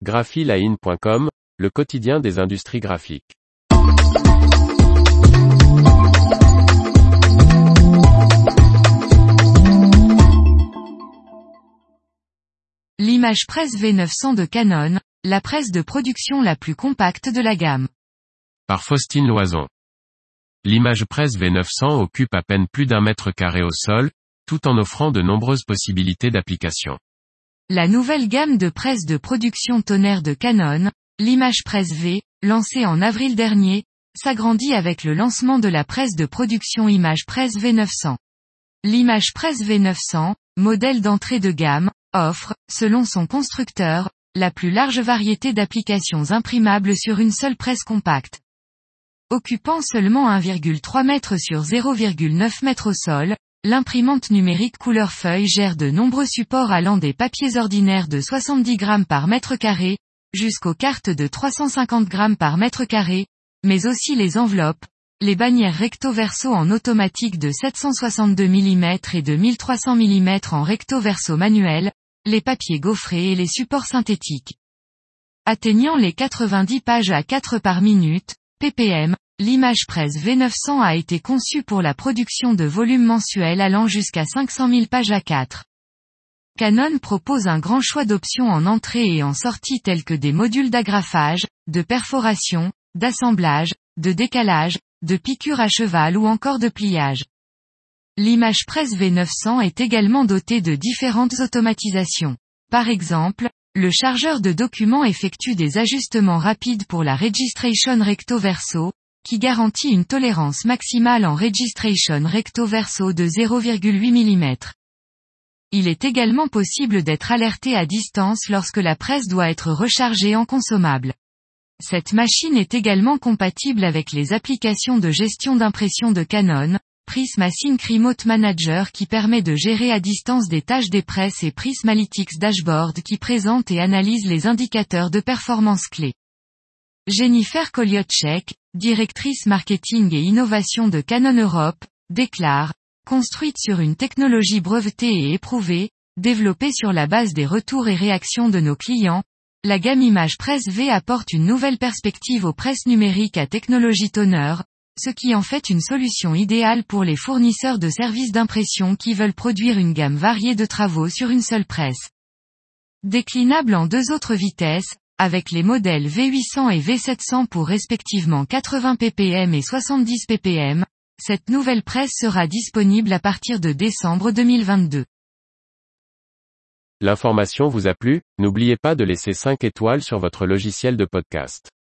graphiline.com, le quotidien des industries graphiques. L'Imagepress V900 de Canon, la presse de production la plus compacte de la gamme. Par Faustine Loison. L'Imagepress V900 occupe à peine plus d'1 mètre carré au sol, tout en offrant de nombreuses possibilités d'application. La nouvelle gamme de presse de production tonnerre de Canon, l'Imagepress V, lancée en avril dernier, s'agrandit avec le lancement de la presse de production Imagepress V900. L'Imagepress V900, modèle d'entrée de gamme, offre, selon son constructeur, la plus large variété d'applications imprimables sur une seule presse compacte. Occupant seulement 1,3 m sur 0,9 m au sol, l'imprimante numérique couleur feuille gère de nombreux supports allant des papiers ordinaires de 70 g par mètre carré, jusqu'aux cartes de 350 g par mètre carré, mais aussi les enveloppes, les bannières recto-verso en automatique de 762 mm et de 1300 mm en recto-verso manuel, les papiers gaufrés et les supports synthétiques. Atteignant les 90 pages à 4 par minute, ppm, l'Imagepress V900 a été conçue pour la production de volumes mensuels allant jusqu'à 500 000 pages à 4. Canon propose un grand choix d'options en entrée et en sortie tels que des modules d'agrafage, de perforation, d'assemblage, de décalage, de piqûre à cheval ou encore de pliage. L'Imagepress V900 est également dotée de différentes automatisations. Par exemple, le chargeur de documents effectue des ajustements rapides pour la registration recto-verso, qui garantit une tolérance maximale en registration recto-verso de 0,8 mm. Il est également possible d'être alerté à distance lorsque la presse doit être rechargée en consommable. Cette machine est également compatible avec les applications de gestion d'impression de Canon, Prismasync Remote Manager qui permet de gérer à distance des tâches des presses et Prismalytics Dashboard qui présente et analyse les indicateurs de performance clés. Jennifer Koliotchek, directrice marketing et innovation de Canon Europe, déclare, construite sur une technologie brevetée et éprouvée, développée sur la base des retours et réactions de nos clients, la gamme Imagepress V apporte une nouvelle perspective aux presses numériques à technologie toner, ce qui en fait une solution idéale pour les fournisseurs de services d'impression qui veulent produire une gamme variée de travaux sur une seule presse. Déclinable en 2 autres vitesses, avec les modèles V800 et V700 pour respectivement 80 ppm et 70 ppm, cette nouvelle presse sera disponible à partir de décembre 2022. L'information vous a plu? N'oubliez pas de laisser 5 étoiles sur votre logiciel de podcast.